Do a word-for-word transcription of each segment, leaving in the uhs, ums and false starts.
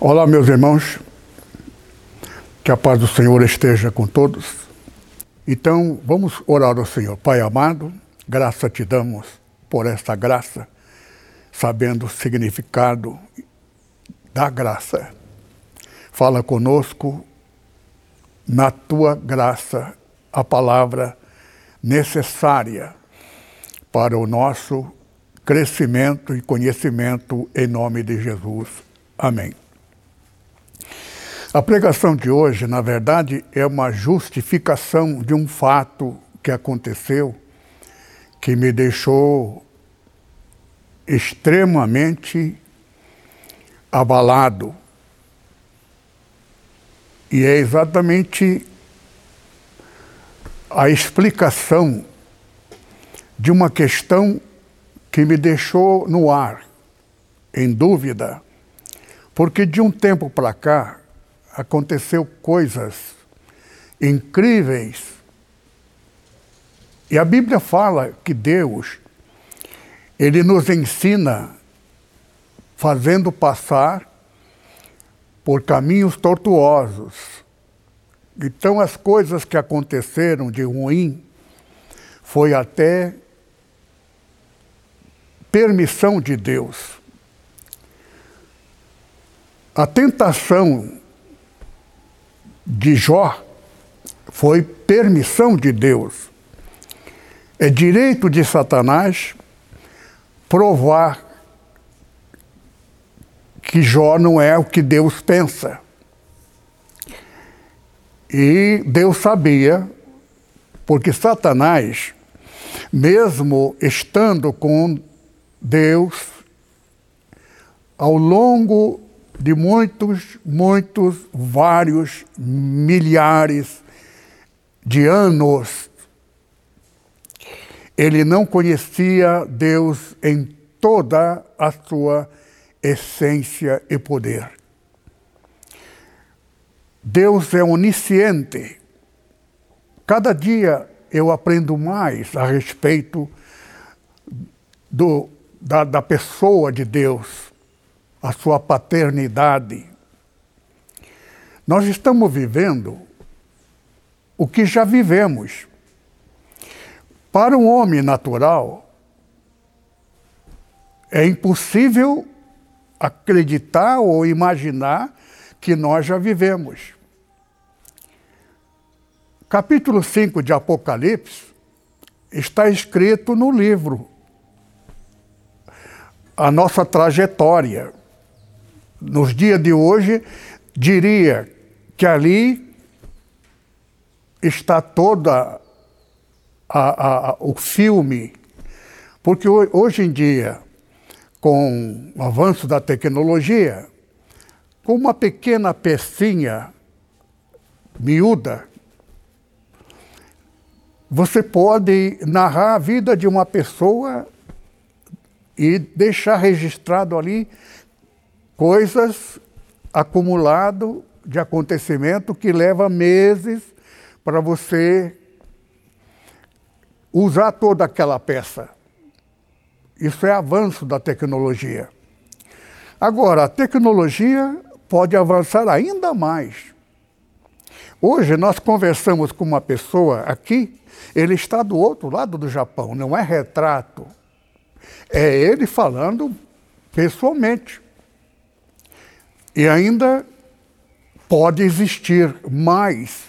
Olá, meus irmãos, que a paz do Senhor esteja com todos. Então, vamos orar ao Senhor. Pai amado, graça te damos por esta graça, sabendo o significado da graça. Fala conosco na tua graça, a palavra necessária para o nosso crescimento e conhecimento em nome de Jesus. Amém. A pregação de hoje, na verdade, é uma justificação de um fato que aconteceu que me deixou extremamente abalado. E é exatamente a explicação de uma questão que me deixou no ar, em dúvida, porque de um tempo para cá aconteceu coisas incríveis. E a Bíblia fala que Deus, Ele nos ensina fazendo passar por caminhos tortuosos. Então as coisas que aconteceram de ruim foi até permissão de Deus. A tentação de Jó foi permissão de Deus. É direito de Satanás provar que Jó não é o que Deus pensa. E Deus sabia, porque Satanás, mesmo estando com Deus, ao longo de muitos, muitos, vários milhares de anos, ele não conhecia Deus em toda a sua essência e poder. Deus é onisciente. Cada dia eu aprendo mais a respeito do, da, da pessoa de Deus, a sua paternidade. Nós estamos vivendo o que já vivemos. Para um homem natural, é impossível acreditar ou imaginar que nós já vivemos. Capítulo cinco de Apocalipse está escrito no livro a nossa trajetória. Nos dias de hoje, diria que ali está toda a, a, o filme, porque hoje em dia, com o avanço da tecnologia, com uma pequena pecinha miúda, você pode narrar a vida de uma pessoa e deixar registrado ali coisas acumulado de acontecimento que leva meses para você usar toda aquela peça. Isso é avanço da tecnologia. Agora, a tecnologia pode avançar ainda mais. Hoje nós conversamos com uma pessoa aqui, ele está do outro lado do Japão, não é retrato. É ele falando pessoalmente. E ainda pode existir mais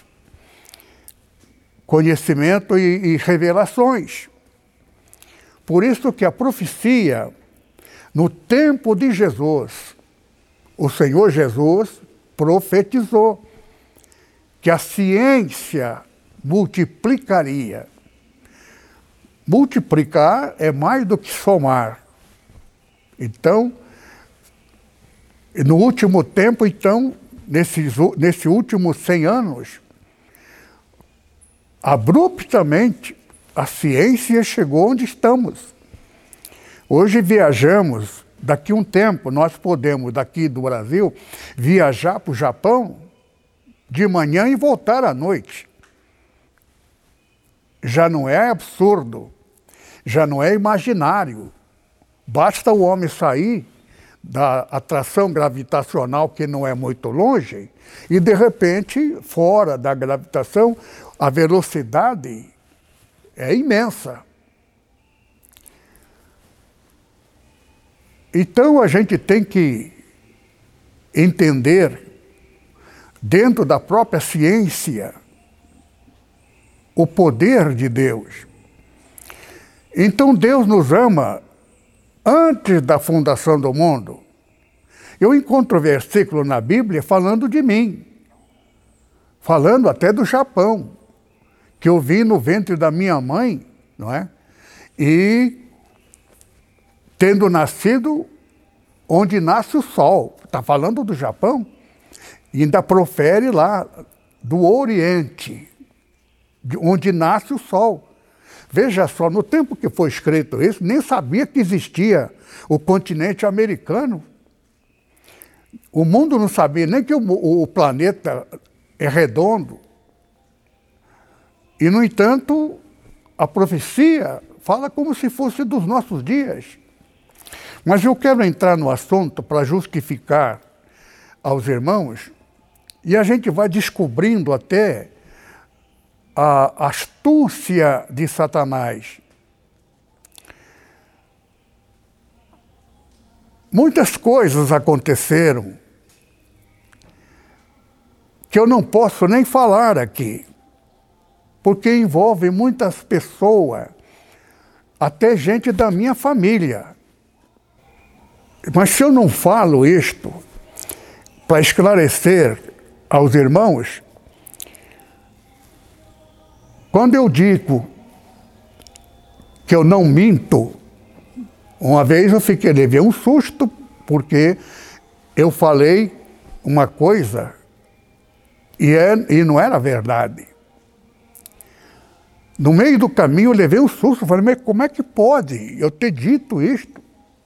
conhecimento e, e revelações. Por isso que a profecia, no tempo de Jesus, o Senhor Jesus profetizou que a ciência multiplicaria. Multiplicar é mais do que somar. Então, no último tempo, então, nesses, nesse últimos cem anos, abruptamente, a ciência chegou onde estamos. Hoje viajamos, daqui a um tempo, nós podemos, daqui do Brasil, viajar para o Japão de manhã e voltar à noite. Já não é absurdo, já não é imaginário. Basta o homem sair da atração gravitacional, que não é muito longe, e de repente, fora da gravitação, a velocidade é imensa. Então a gente tem que entender, dentro da própria ciência, o poder de Deus. Então Deus nos ama antes da fundação do mundo. Eu encontro versículo na Bíblia falando de mim, falando até do Japão, que eu vim no ventre da minha mãe, não é? E tendo nascido onde nasce o sol. Está falando do Japão, e ainda profere lá do Oriente, de onde nasce o sol. Veja só, no tempo que foi escrito isso, nem sabia que existia o continente americano. O mundo não sabia nem que o, o planeta é redondo. E, no entanto, a profecia fala como se fosse dos nossos dias. Mas eu quero entrar no assunto para justificar aos irmãos, e a gente vai descobrindo até a astúcia de Satanás. Muitas coisas aconteceram que eu não posso nem falar aqui, porque envolve muitas pessoas, até gente da minha família. Mas se eu não falo isto para esclarecer aos irmãos, quando eu digo que eu não minto, uma vez eu fiquei, levei um susto, porque eu falei uma coisa e, é, e não era verdade. No meio do caminho eu levei um susto, falei, mas como é que pode eu ter dito isto?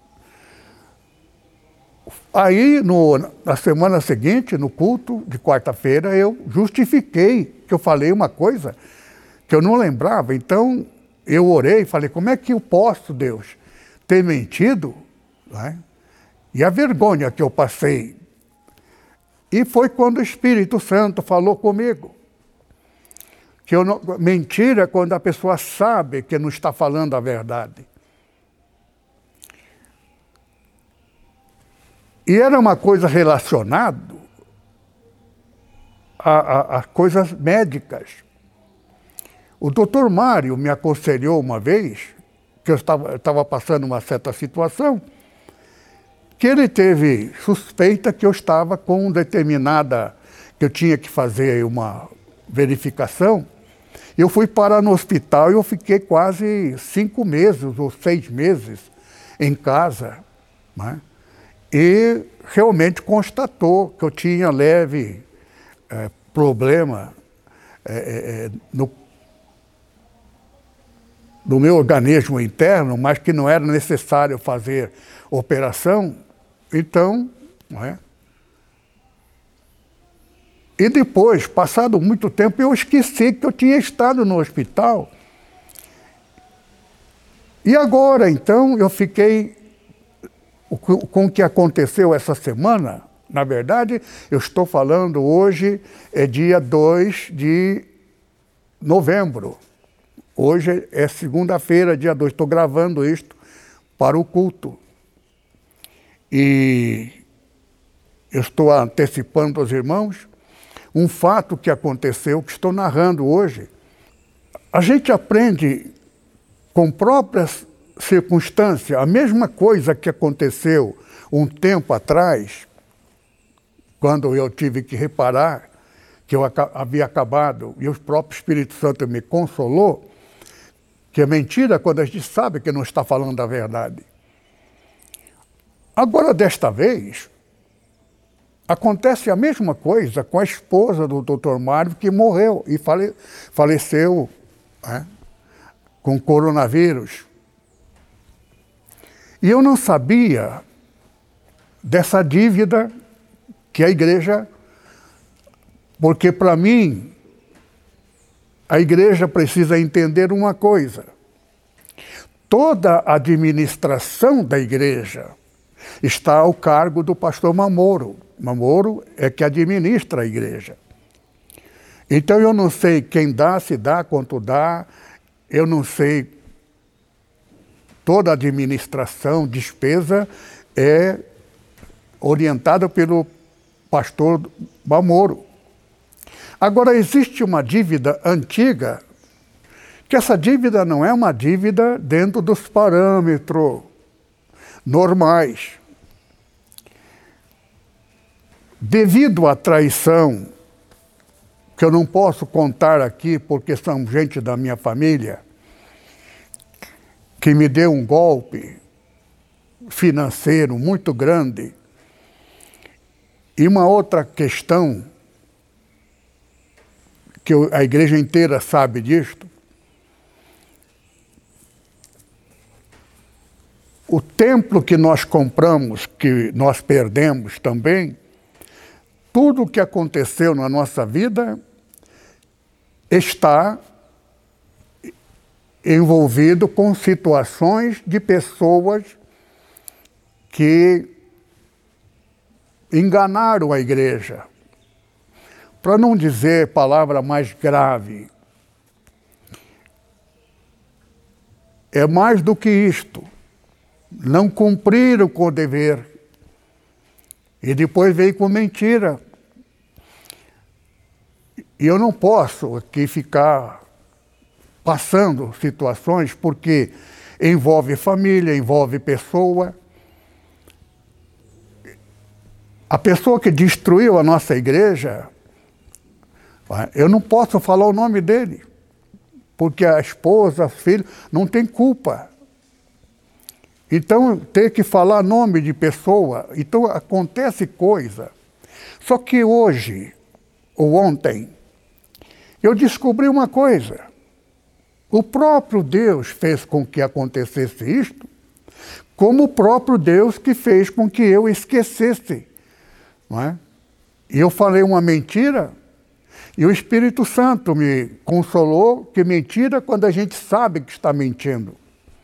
Aí, no, na semana seguinte, no culto de quarta-feira, eu justifiquei que eu falei uma coisa que eu não lembrava. Então, eu orei e falei, como é que eu posso, Deus, ter mentido? Né? E a vergonha que eu passei. E foi quando o Espírito Santo falou comigo. Que eu não, mentira é quando a pessoa sabe que não está falando a verdade. E era uma coisa relacionada a, a, a coisas médicas. O doutor Mário me aconselhou uma vez, que eu estava, eu estava passando uma certa situação, que ele teve suspeita que eu estava com determinada, que eu tinha que fazer uma verificação. Eu fui parar no hospital e eu fiquei quase cinco meses ou seis meses em casa, né? E realmente constatou que eu tinha leve é, problema é, é, no, no meu organismo interno, mas que não era necessário fazer operação. Então, não é? E depois, passado muito tempo, eu esqueci que eu tinha estado no hospital. E agora, então, eu fiquei com o que aconteceu essa semana. Na verdade, eu estou falando hoje, é dia dois de novembro. Hoje é segunda-feira, dia dois. Estou gravando isto para o culto. E eu estou antecipando aos irmãos um fato que aconteceu, que estou narrando hoje. A gente aprende com próprias circunstância, a mesma coisa que aconteceu um tempo atrás, quando eu tive que reparar que eu havia acabado, e o próprio Espírito Santo me consolou, que é mentira quando a gente sabe que não está falando a verdade. Agora, desta vez, acontece a mesma coisa com a esposa do doutor Mário, que morreu e fale, faleceu, né, com coronavírus. E eu não sabia dessa dívida que a igreja, porque para mim, a igreja precisa entender uma coisa. Toda a administração da igreja está ao cargo do pastor Mamoro. Mamoro é que administra a igreja. Então eu não sei quem dá, se dá, quanto dá, eu não sei. Toda a administração, despesa é orientada pelo pastor Mamoro. Agora, existe uma dívida antiga, que essa dívida não é uma dívida dentro dos parâmetros normais. Devido à traição, que eu não posso contar aqui porque são gente da minha família, que me deu um golpe financeiro muito grande. E uma outra questão, que a igreja inteira sabe disto, o templo que nós compramos, que nós perdemos também, tudo o que aconteceu na nossa vida está envolvido com situações de pessoas que enganaram a igreja. Para não dizer palavra mais grave, é mais do que isto. Não cumpriram com o dever. E depois veio com mentira. E eu não posso aqui ficar passando situações, porque envolve família, envolve pessoa. A pessoa que destruiu a nossa igreja, eu não posso falar o nome dele, porque a esposa, os filhos, não tem culpa. Então, ter que falar nome de pessoa, então acontece coisa. Só que hoje, ou ontem, eu descobri uma coisa. O próprio Deus fez com que acontecesse isto, como o próprio Deus que fez com que eu esquecesse. Não é? E eu falei uma mentira, e o Espírito Santo me consolou que mentira quando a gente sabe que está mentindo.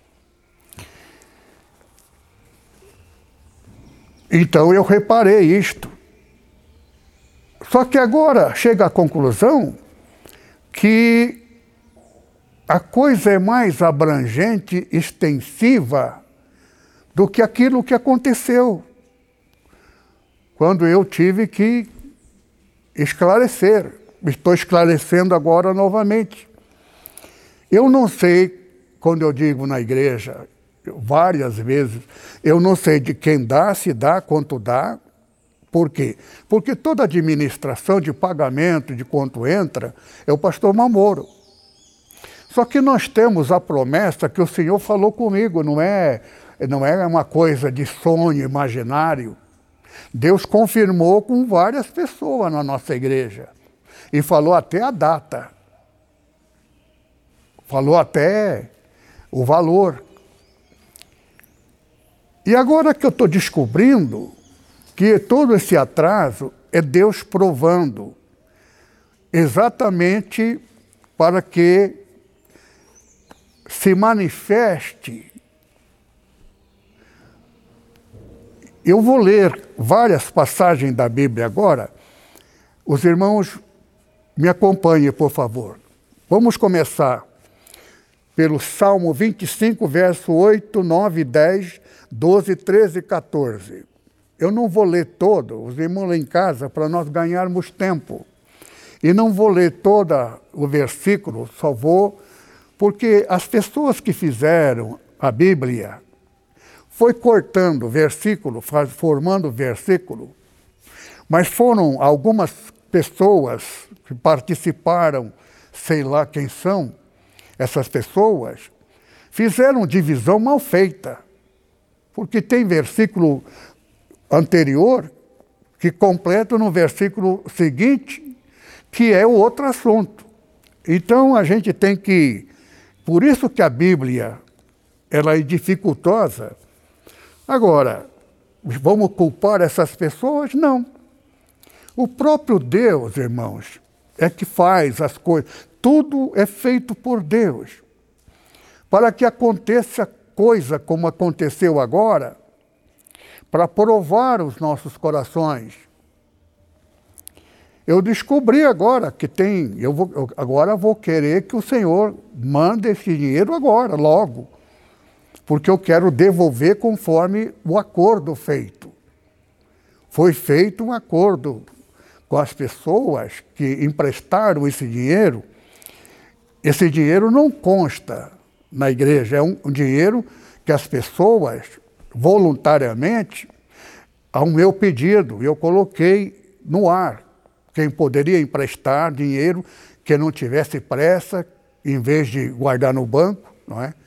Então eu reparei isto. Só que agora chega à conclusão que a coisa é mais abrangente, extensiva, do que aquilo que aconteceu, quando eu tive que esclarecer. Estou esclarecendo agora novamente. Eu não sei, quando eu digo na igreja, várias vezes, eu não sei de quem dá, se dá, quanto dá. Por quê? Porque toda administração de pagamento, de quanto entra, é o pastor Mamoro. Só que nós temos a promessa que o Senhor falou comigo, não é, não é uma coisa de sonho imaginário. Deus confirmou com várias pessoas na nossa igreja. E falou até a data. Falou até o valor. E agora que eu estou descobrindo que todo esse atraso é Deus provando, exatamente para que se manifeste. Eu vou ler várias passagens da Bíblia agora. Os irmãos me acompanhem, por favor. Vamos começar pelo Salmo vinte e cinco, verso oito, nove, dez, doze, treze e quatorze. Eu não vou ler todo, os irmãos lá em casa, para nós ganharmos tempo. E não vou ler todo o versículo, só vou, porque as pessoas que fizeram a Bíblia foi cortando versículo, formando versículo, mas foram algumas pessoas que participaram, sei lá quem são, essas pessoas, fizeram divisão mal feita, porque tem versículo anterior que completa no versículo seguinte, que é o outro assunto. Então a gente tem que, por isso que a Bíblia ela é dificultosa. Agora, vamos culpar essas pessoas? Não. O próprio Deus, irmãos, é que faz as coisas. Tudo é feito por Deus. Para que aconteça coisa como aconteceu agora, para provar os nossos corações. Eu descobri agora que tem, eu vou, eu agora vou querer que o Senhor mande esse dinheiro agora, logo, porque eu quero devolver conforme o acordo feito. Foi feito um acordo com as pessoas que emprestaram esse dinheiro. Esse dinheiro não consta na igreja, é um, um dinheiro que as pessoas, voluntariamente, ao meu pedido, eu coloquei no ar. Quem poderia emprestar dinheiro, que não tivesse pressa, em vez de guardar no banco, não é?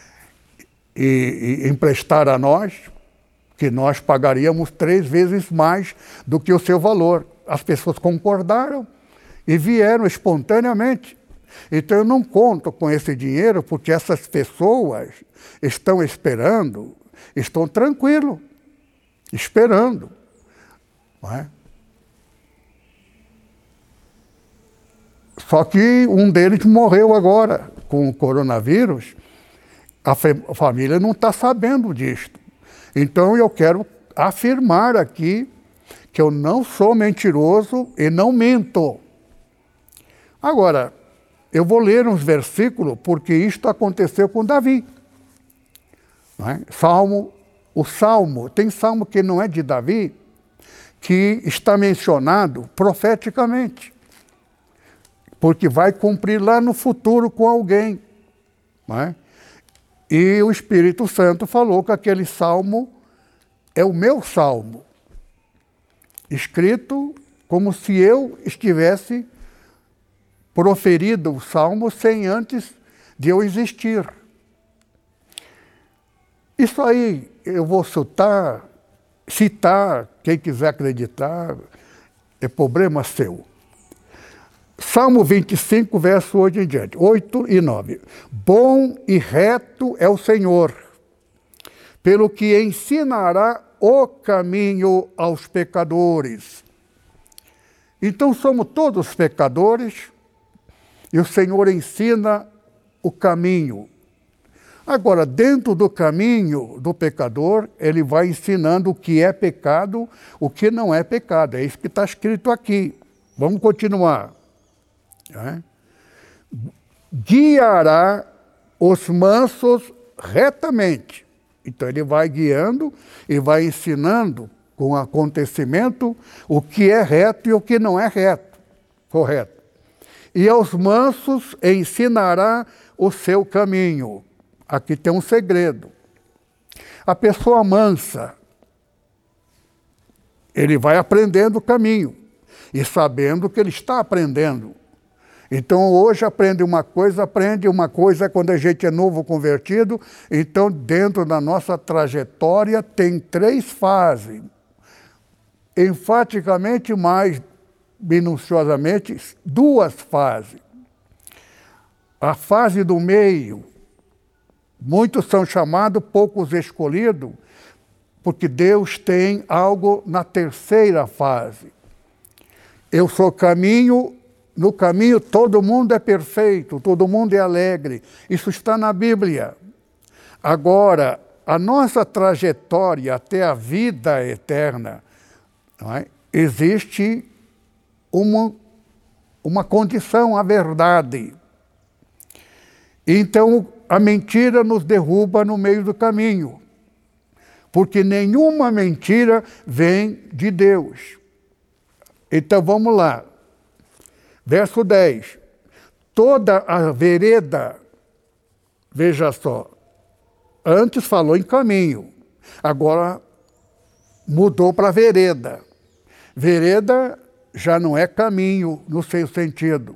E, e emprestar a nós, que nós pagaríamos três vezes mais do que o seu valor. As pessoas concordaram e vieram espontaneamente. Então eu não conto com esse dinheiro porque essas pessoas estão esperando, estão tranquilos, esperando, não é? Só que um deles morreu agora com o coronavírus, a família não está sabendo disto. Então eu quero afirmar aqui que eu não sou mentiroso e não minto. Agora, eu vou ler uns versículos, porque isto aconteceu com Davi. Não é? Salmo, o Salmo, tem Salmo que não é de Davi, que está mencionado profeticamente, porque vai cumprir lá no futuro com alguém. Não é? E o Espírito Santo falou que aquele salmo é o meu salmo, escrito como se eu estivesse proferido o salmo sem antes de eu existir. Isso aí eu vou citar, citar, quem quiser acreditar, é problema seu. Salmo vinte e cinco, verso oito em diante, oito e nove. Bom e reto é o Senhor, pelo que ensinará o caminho aos pecadores. Então somos todos pecadores e o Senhor ensina o caminho. Agora, dentro do caminho do pecador, ele vai ensinando o que é pecado, o que não é pecado. É isso que está escrito aqui. Vamos continuar. É? Guiará os mansos retamente. Então ele vai guiando e vai ensinando com o acontecimento o que é reto e o que não é reto, correto. E aos mansos ensinará o seu caminho. Aqui tem um segredo. A pessoa mansa, ele vai aprendendo o caminho e sabendo que ele está aprendendo. Então, hoje aprende uma coisa, aprende uma coisa quando a gente é novo convertido. Então, dentro da nossa trajetória, tem três fases. Enfaticamente, mais minuciosamente, duas fases. A fase do meio, muitos são chamados, poucos escolhidos, porque Deus tem algo na terceira fase. Eu sou caminho. No caminho todo mundo é perfeito, todo mundo é alegre. Isso está na Bíblia. Agora, a nossa trajetória até a vida eterna, não é? Existe uma, uma condição, a verdade. Então, a mentira nos derruba no meio do caminho, porque nenhuma mentira vem de Deus. Então, vamos lá. Verso dez, toda a vereda, veja só, antes falou em caminho, agora mudou para vereda. Vereda já não é caminho no seu sentido.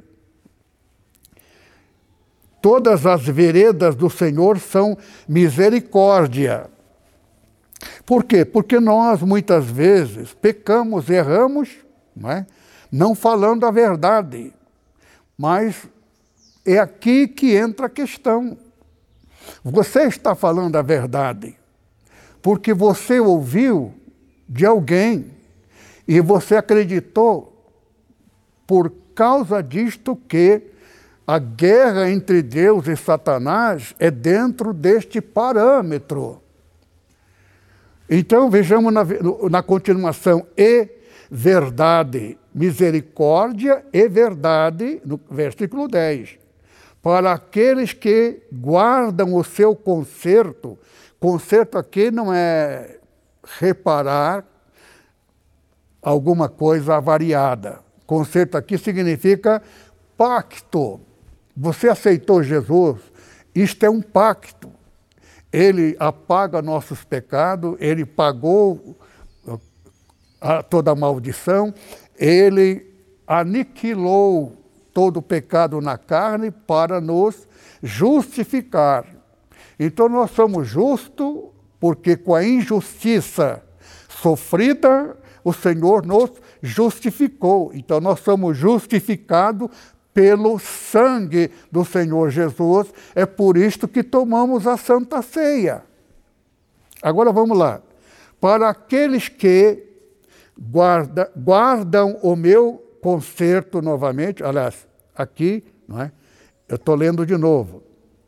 Todas as veredas do Senhor são misericórdia. Por quê? Porque nós, muitas vezes, pecamos, erramos, não é? Não falando a verdade, mas é aqui que entra a questão. Você está falando a verdade, porque você ouviu de alguém e você acreditou por causa disto que a guerra entre Deus e Satanás é dentro deste parâmetro. Então, vejamos na, na continuação, e verdade, misericórdia e verdade, no versículo dez. Para aqueles que guardam o seu conserto, conserto aqui não é reparar alguma coisa avariada. Conserto aqui significa pacto. Você aceitou Jesus, isto é um pacto. Ele apaga nossos pecados, ele pagou a toda a maldição, ele aniquilou todo o pecado na carne para nos justificar. Então nós somos justos porque com a injustiça sofrida, o Senhor nos justificou. Então nós somos justificados pelo sangue do Senhor Jesus. É por isto que tomamos a Santa Ceia. Agora vamos lá. Para aqueles que guarda, guardam o meu conserto novamente, aliás, aqui, não é? Eu estou lendo de novo.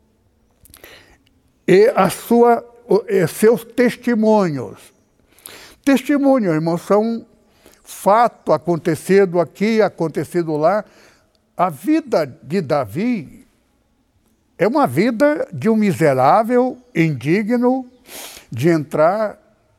E a sua, e seus testemunhos. Testemunho, irmãos, são fato acontecido aqui, acontecido lá. A vida de Davi é uma vida de um miserável, indigno, de entrar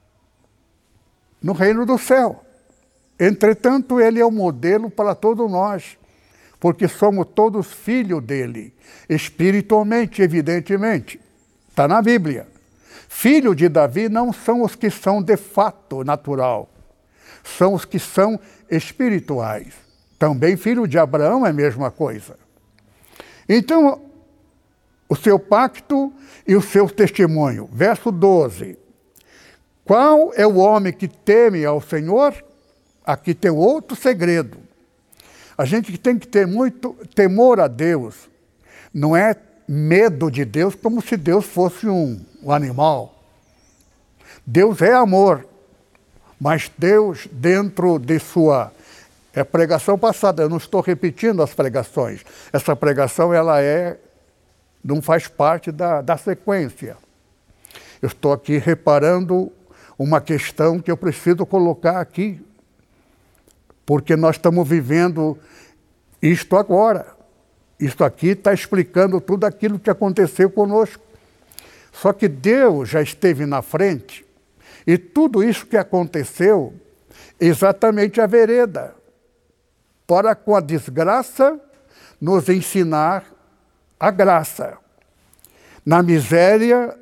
no reino do céu. Entretanto, ele é o modelo para todos nós, porque somos todos filhos dele, espiritualmente, evidentemente. Está na Bíblia. Filhos de Davi não são os que são de fato natural, são os que são espirituais. Também filho de Abraão é a mesma coisa. Então, o seu pacto e o seu testemunho. Verso doze. Qual é o homem que teme ao Senhor? Aqui tem outro segredo. A gente tem que ter muito temor a Deus. Não é medo de Deus como se Deus fosse um, um animal. Deus é amor. Mas Deus, dentro de sua... É pregação passada, eu não estou repetindo as pregações. Essa pregação, ela é, não faz parte da, da sequência. Eu estou aqui reparando uma questão que eu preciso colocar aqui, porque nós estamos vivendo isto agora. Isto aqui está explicando tudo aquilo que aconteceu conosco. Só que Deus já esteve na frente, e tudo isso que aconteceu, exatamente a vereda, para com a desgraça nos ensinar a graça. Na miséria,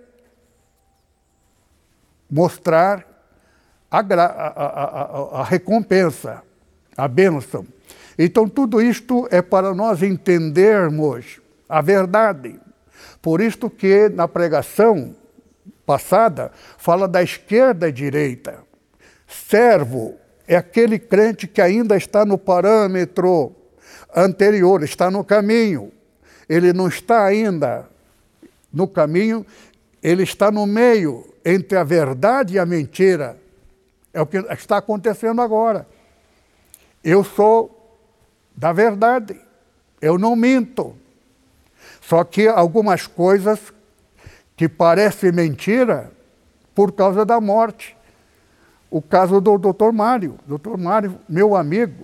mostrar a, gra a, a, a, a recompensa, a bênção. Então tudo isto é para nós entendermos a verdade. Por isto que na pregação passada fala da esquerda e direita. Servo é aquele crente que ainda está no parâmetro anterior, está no caminho. Ele não está ainda no caminho, ele está no meio entre a verdade e a mentira. É o que está acontecendo agora. Eu sou da verdade, eu não minto. Só que algumas coisas que parecem mentira por causa da morte. O caso do doutor Mário. doutor Mário, meu amigo,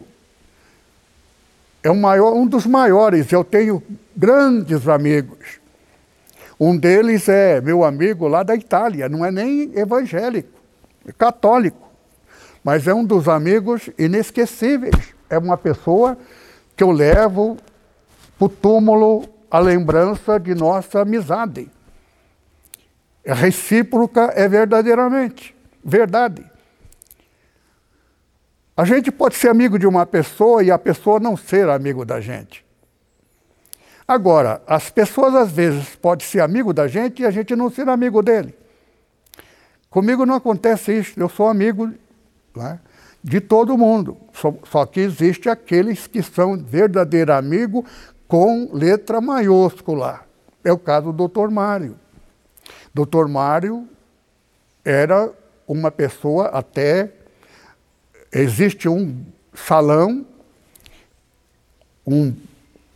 é um, maior, um dos maiores. Eu tenho grandes amigos. Um deles é meu amigo lá da Itália, não é nem evangélico, é católico. Mas é um dos amigos inesquecíveis. É uma pessoa que eu levo para o túmulo a lembrança de nossa amizade. É recíproca, é verdadeiramente verdade. A gente pode ser amigo de uma pessoa e a pessoa não ser amigo da gente. Agora, as pessoas às vezes podem ser amigo da gente e a gente não ser amigo dele. Comigo não acontece isso, eu sou amigo, né, de todo mundo. Só, só que existe aqueles que são verdadeiro amigo com letra maiúscula. É o caso do doutor Mário. doutor Mário era uma pessoa até... Existe um salão, um,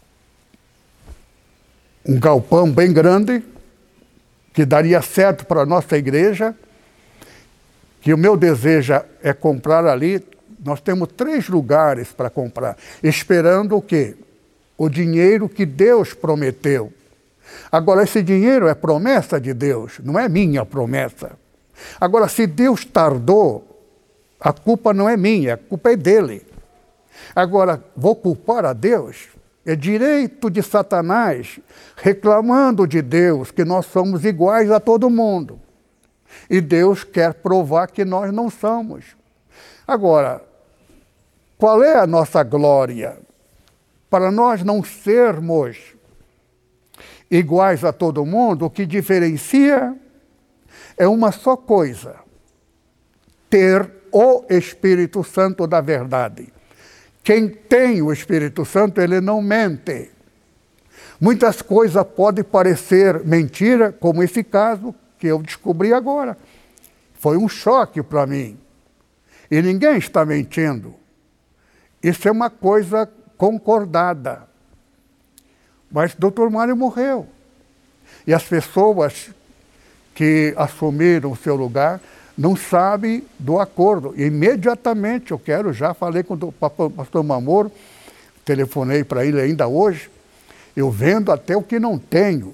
um galpão bem grande, que daria certo para a nossa igreja, que o meu desejo é comprar ali, nós temos três lugares para comprar, esperando o quê? O dinheiro que Deus prometeu. Agora, esse dinheiro é promessa de Deus, não é minha promessa. Agora, se Deus tardou, a culpa não é minha, a culpa é dele. Agora, vou culpar a Deus? É direito de Satanás reclamando de Deus que nós somos iguais a todo mundo. E Deus quer provar que nós não somos. Agora, qual é a nossa glória? Para nós não sermos iguais a todo mundo, o que diferencia é uma só coisa: ter o Espírito Santo da verdade. Quem tem o Espírito Santo, ele não mente. Muitas coisas podem parecer mentira, como esse caso que eu descobri agora. Foi um choque para mim. E ninguém está mentindo. Isso é uma coisa concordada. Mas o doutor Mário morreu. E as pessoas que assumiram o seu lugar não sabem do acordo. E imediatamente, eu quero, já falei com o pastor Mamoro, telefonei para ele ainda hoje, eu vendo até o que não tenho.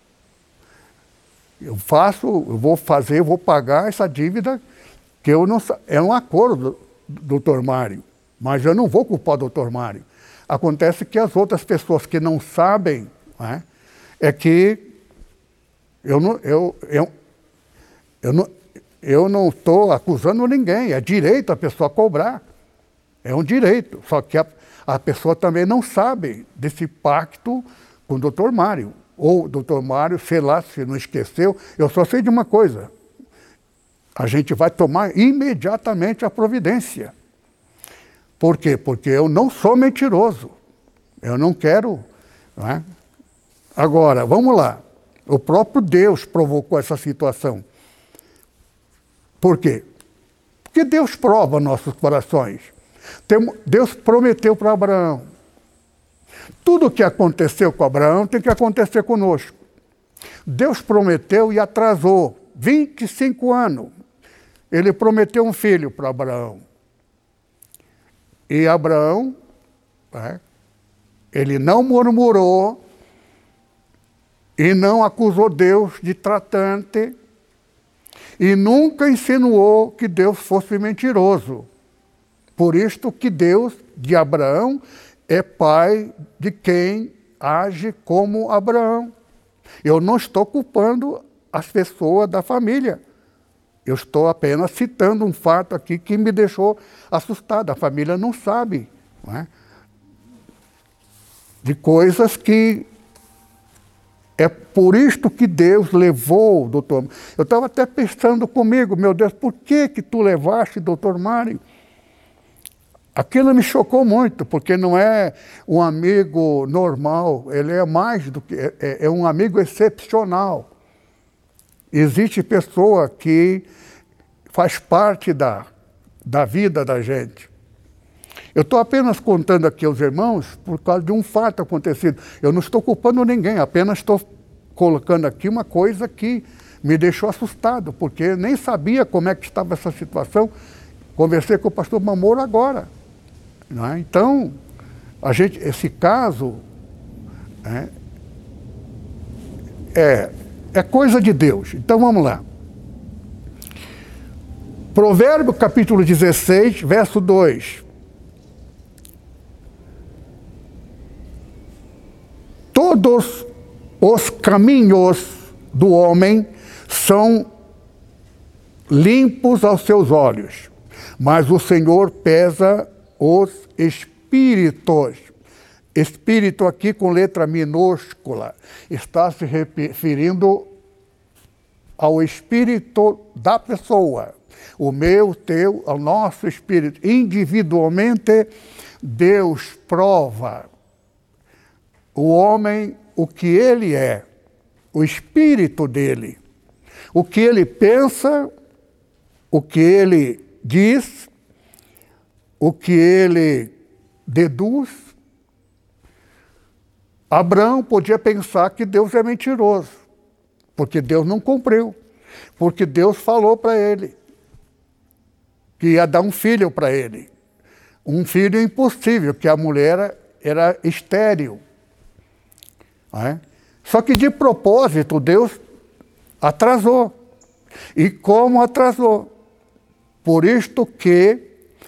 Eu faço, eu vou fazer, eu vou pagar essa dívida que eu não é um acordo do doutor Mário, mas eu não vou culpar o doutor Mário. Acontece que as outras pessoas que não sabem, né, é que eu não eu, eu, eu não eu não estou acusando ninguém, é direito a pessoa cobrar, é um direito, só que a, a pessoa também não sabe desse pacto com o doutor Mário. Ou o doutor Mário, sei lá, se não esqueceu, eu só sei de uma coisa: a gente vai tomar imediatamente a providência. Por quê? Porque eu não sou mentiroso. Eu não quero. Não é? Agora, vamos lá. O próprio Deus provocou essa situação. Por quê? Porque Deus prova nossos corações. Deus prometeu para Abraão. Tudo o que aconteceu com Abraão tem que acontecer conosco. Deus prometeu e atrasou vinte e cinco anos. Ele prometeu um filho para Abraão. E Abraão, né, ele não murmurou e não acusou Deus de tratante e nunca insinuou que Deus fosse mentiroso. Por isto que Deus, de Abraão, é pai de quem age como Abraão. Eu não estou culpando as pessoas da família. Eu estou apenas citando um fato aqui que me deixou assustado. A família não sabe, não é? De coisas que... É por isto que Deus levou o doutor... Eu estava até pensando comigo, meu Deus, por que que tu levaste o doutor Mário? Aquilo me chocou muito, porque não é um amigo normal, ele é mais do que... É, é um amigo excepcional. Existe pessoa que faz parte da, da vida da gente. Eu estou apenas contando aqui aos irmãos por causa de um fato acontecido. Eu não estou culpando ninguém, apenas estou colocando aqui uma coisa que me deixou assustado, porque nem sabia como é que estava essa situação. Conversei com o pastor Mamoro agora. Não é? Então, a gente, esse caso é, é, é coisa de Deus. Então vamos lá. Provérbio capítulo dezesseis, verso dois. Todos os caminhos do homem são limpos aos seus olhos, mas o Senhor pesa os espíritos. Espírito aqui com letra minúscula está se referindo ao espírito da pessoa. O meu, o teu, o nosso espírito. Individualmente, Deus prova o homem o que ele é, o espírito dele, o que ele pensa, o que ele diz, o que ele deduz. Abraão podia pensar que Deus é mentiroso, porque Deus não cumpriu, porque Deus falou para ele. que ia dar um filho para ele. Um filho impossível, que a mulher era estéril. Não é? Só que de propósito Deus atrasou. E como atrasou? Por isto que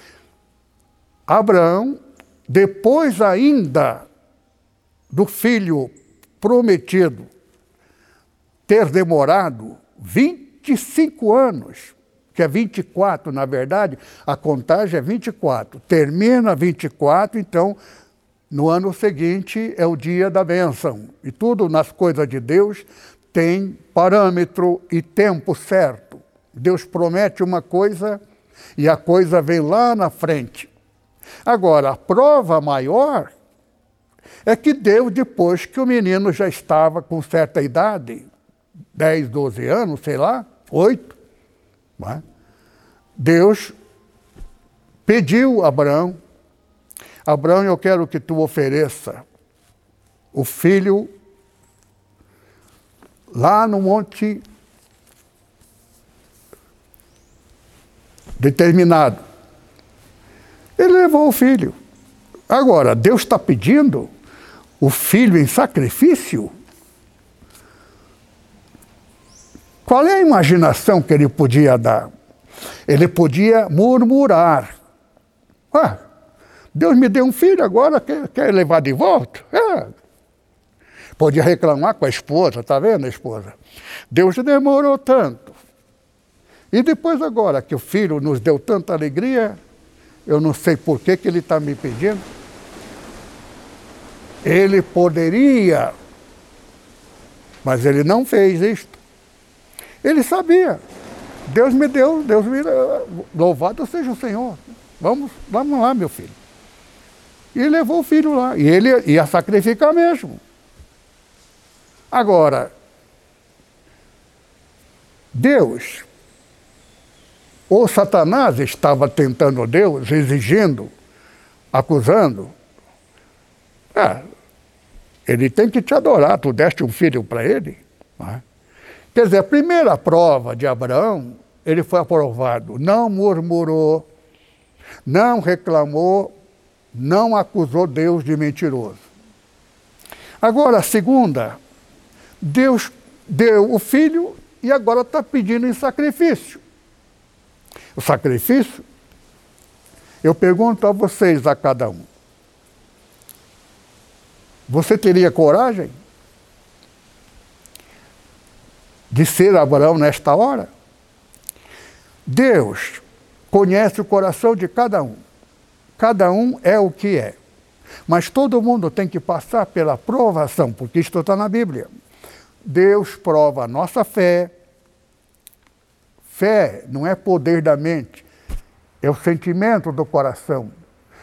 Abraão, depois ainda do filho prometido ter demorado vinte e cinco anos, que é vinte e quatro, na verdade, a contagem é vinte e quatro. Termina vinte e quatro, então, no ano seguinte é o dia da bênção. E tudo nas coisas de Deus tem parâmetro e tempo certo. Deus promete uma coisa e a coisa vem lá na frente. Agora, a prova maior é que Deus, depois que o menino já estava com certa idade, dez, doze anos, sei lá, oito, não é? Deus pediu a Abraão, Abraão, eu quero que tu ofereça o filho lá no monte determinado. Ele levou o filho. Agora, Deus está pedindo o filho em sacrifício? Qual é a imaginação que ele podia dar? Ele podia murmurar. Ah, Deus me deu um filho, agora quer, quer levar de volta? É. Podia reclamar com a esposa, tá vendo a esposa? Deus demorou tanto. E depois agora que o filho nos deu tanta alegria, eu não sei por que que ele está me pedindo. Ele poderia, mas ele não fez isto. Ele sabia. Deus me deu, Deus me deu, louvado seja o Senhor. Vamos, vamos lá, meu filho. E levou o filho lá. E ele ia sacrificar mesmo. Agora, Deus, ou Satanás estava tentando Deus, exigindo, acusando. Ah, ele tem que te adorar, tu deste um filho para ele. Não é? Quer dizer, a primeira prova de Abraão, ele foi aprovado, não murmurou, não reclamou, não acusou Deus de mentiroso. Agora, a segunda, Deus deu o filho e agora está pedindo em sacrifício. O sacrifício, eu pergunto a vocês, a cada um, você teria coragem de ser Abraão nesta hora? Deus conhece o coração de cada um. Cada um é o que é. Mas todo mundo tem que passar pela provação, porque isto está na Bíblia. Deus prova a nossa fé. Fé não é poder da mente, é o sentimento do coração.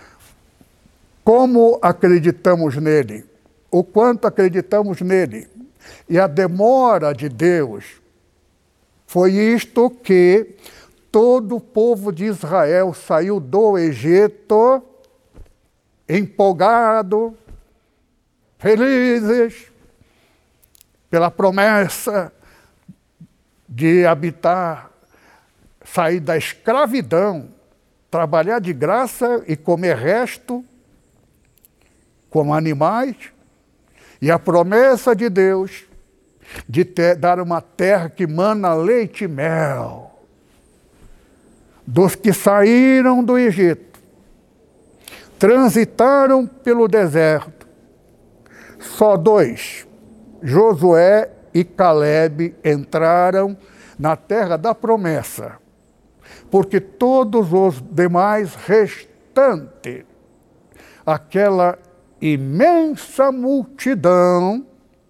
Como acreditamos nele, o quanto acreditamos nele. E a demora de Deus foi isto que todo o povo de Israel saiu do Egito empolgado, felizes, pela promessa de habitar, sair da escravidão, trabalhar de graça e comer resto como animais, e a promessa de Deus de ter, dar uma terra que mana leite e mel. Dos que saíram do Egito, transitaram pelo deserto, só dois, Josué e Calebe, entraram na terra da promessa, porque todos os demais restantes, aquela imensa multidão,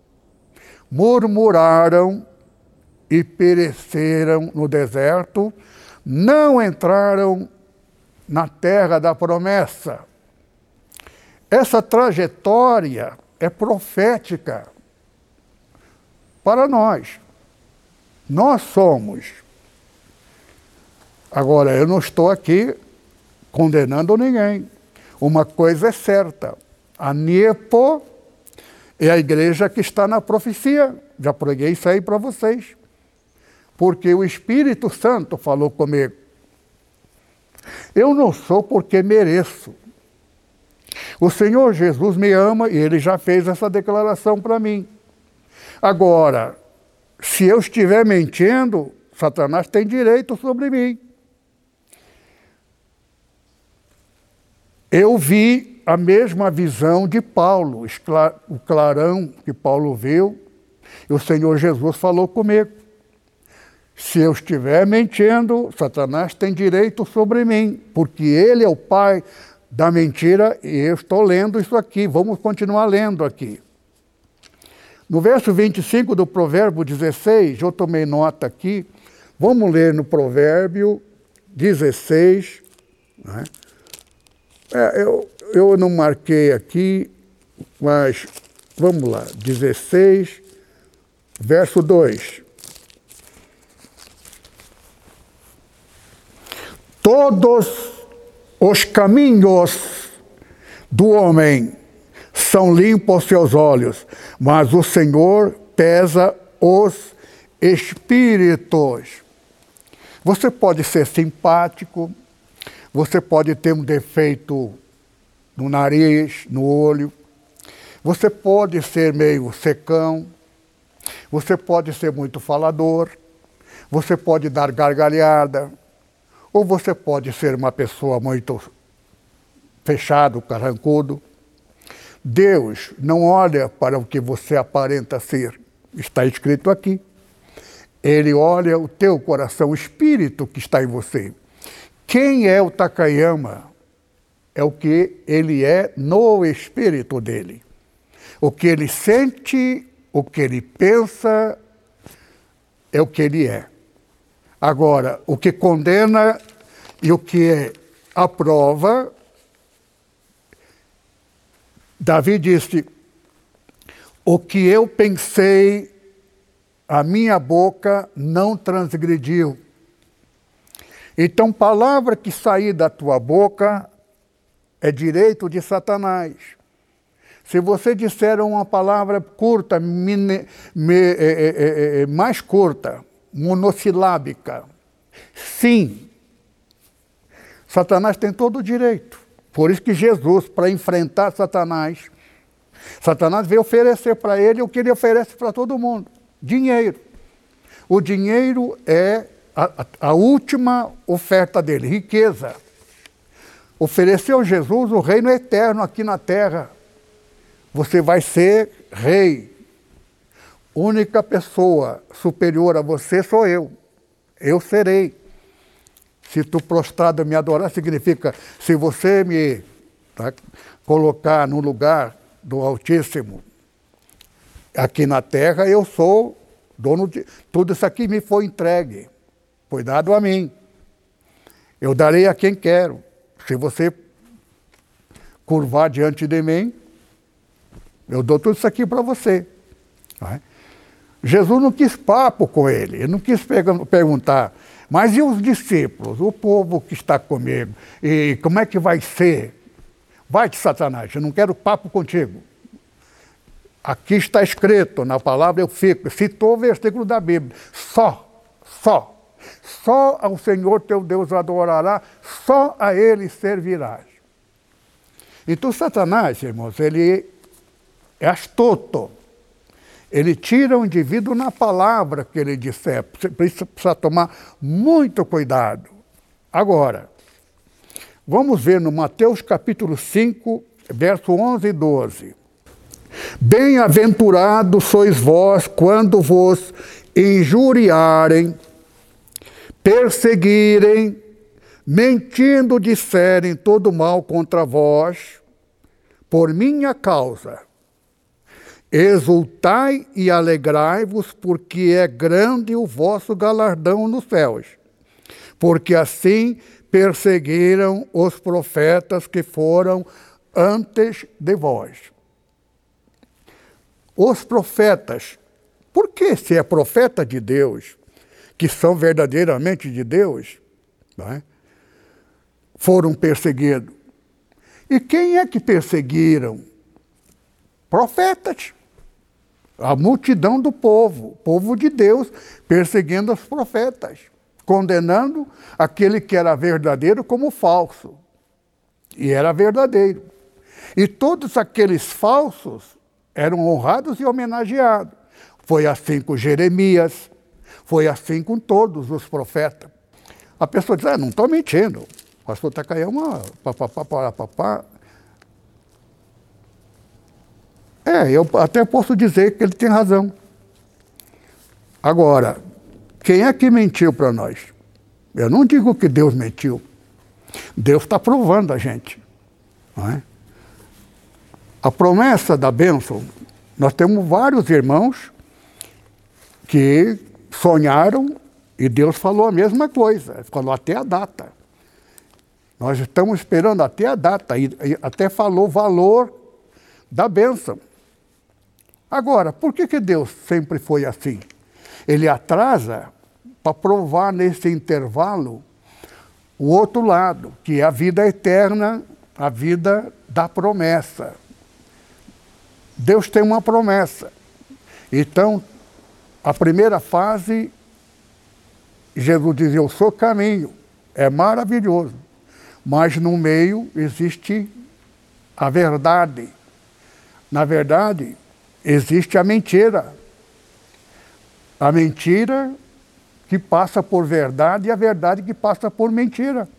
murmuraram e pereceram no deserto, não entraram na terra da promessa. Essa trajetória é profética para nós. Nós somos. Agora, eu não estou aqui condenando ninguém. Uma coisa é certa, a Niepo é a igreja que está na profecia. Já preguei isso aí para vocês. Porque o Espírito Santo falou comigo. Eu não sou porque mereço. O Senhor Jesus me ama e Ele já fez essa declaração para mim. Agora, se eu estiver mentindo, Satanás tem direito sobre mim. Eu vi a mesma visão de Paulo, o clarão que Paulo viu, e o Senhor Jesus falou comigo. Se eu estiver mentindo, Satanás tem direito sobre mim, porque ele é o pai da mentira e eu estou lendo isso aqui. Vamos continuar lendo aqui. No verso vinte e cinco do Provérbio dezesseis, eu tomei nota aqui, vamos ler no Provérbio dezesseis, né? É, eu, eu não marquei aqui, mas vamos lá, dezesseis, verso dois. Todos os caminhos do homem são limpos aos seus olhos, mas o Senhor pesa os espíritos. Você pode ser simpático, você pode ter um defeito no nariz, no olho, você pode ser meio secão, você pode ser muito falador, você pode dar gargalhada, ou você pode ser uma pessoa muito fechado, carrancudo. Deus não olha para o que você aparenta ser. Está escrito aqui. Ele olha o teu coração, o espírito que está em você. Quem é o Takayama? É o que ele é no espírito dele. O que ele sente, o que ele pensa, é o que ele é. Agora, o que condena e o que aprova, Davi disse, o que eu pensei, a minha boca não transgrediu. Então, palavra que sair da tua boca é direito de Satanás. Se você disser uma palavra curta, mine, me, é, é, é, mais curta, monossilábica, sim, Satanás tem todo o direito. Por isso que Jesus, para enfrentar Satanás, Satanás veio oferecer para ele o que ele oferece para todo mundo, dinheiro. O dinheiro é a, a última oferta dele, riqueza. Ofereceu a Jesus o reino eterno aqui na terra. Você vai ser rei. Única pessoa superior a você sou eu. Eu serei. Se tu prostrado me adorar, significa, se você me tá, colocar no lugar do Altíssimo aqui na terra, eu sou dono de... Tudo isso aqui me foi entregue. Foi dado a mim. Eu darei a quem quero. Se você curvar diante de mim, eu dou tudo isso aqui para você. Tá? Jesus não quis papo com ele, ele não quis perguntar, mas e os discípulos, o povo que está comigo? E como é que vai ser? Vai-te, Satanás, eu não quero papo contigo. Aqui está escrito, na palavra eu fico, citou o versículo da Bíblia, só, só, só ao Senhor teu Deus adorará, só a Ele servirás. Então Satanás, irmãos, ele é astuto. Ele tira o indivíduo na palavra que ele disser. Precisa, precisa tomar muito cuidado. Agora, vamos ver no Mateus capítulo cinco, verso onze e doze. Bem-aventurados sois vós quando vos injuriarem, perseguirem, mentindo disserem todo mal contra vós, por minha causa. Exultai e alegrai-vos, porque é grande o vosso galardão nos céus. Porque assim perseguiram os profetas que foram antes de vós. Os profetas, por que se é profeta de Deus, que são verdadeiramente de Deus, não é? Foram perseguidos? E quem é que perseguiram? Profetas. A multidão do povo, povo de Deus, perseguindo os profetas. condenando aquele que era verdadeiro como falso. E era verdadeiro. E todos aqueles falsos eram honrados e homenageados. Foi assim com Jeremias, foi assim com todos os profetas. A pessoa diz, ah, não estou mentindo. O pastor Takai é uma... Papapá, papapá. É, eu até posso dizer que ele tem razão. Agora, quem é que mentiu para nós? Eu não digo que Deus mentiu. Deus está provando a gente. Não é? A promessa da bênção, nós temos vários irmãos que sonharam e Deus falou a mesma coisa, falou até a data. Nós estamos esperando até a data e, e até falou o valor da bênção. Agora, por que que Deus sempre foi assim? Ele atrasa para provar nesse intervalo o outro lado, que é a vida eterna, a vida da promessa. Deus tem uma promessa. Então, a primeira fase, Jesus diz, eu sou caminho, é maravilhoso. Mas no meio existe a verdade. Na verdade, existe a mentira. A mentira que passa por verdade e a verdade que passa por mentira.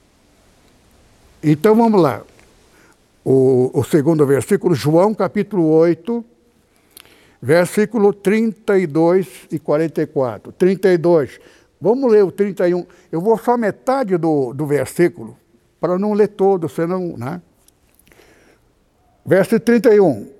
Então vamos lá. O, o segundo versículo, João capítulo oito, versículo trinta e dois e quarenta e quatro. trinta e dois. Vamos ler o trinta e um. Eu vou só metade do, do versículo, para não ler todo, senão, né? Verso trinta e um.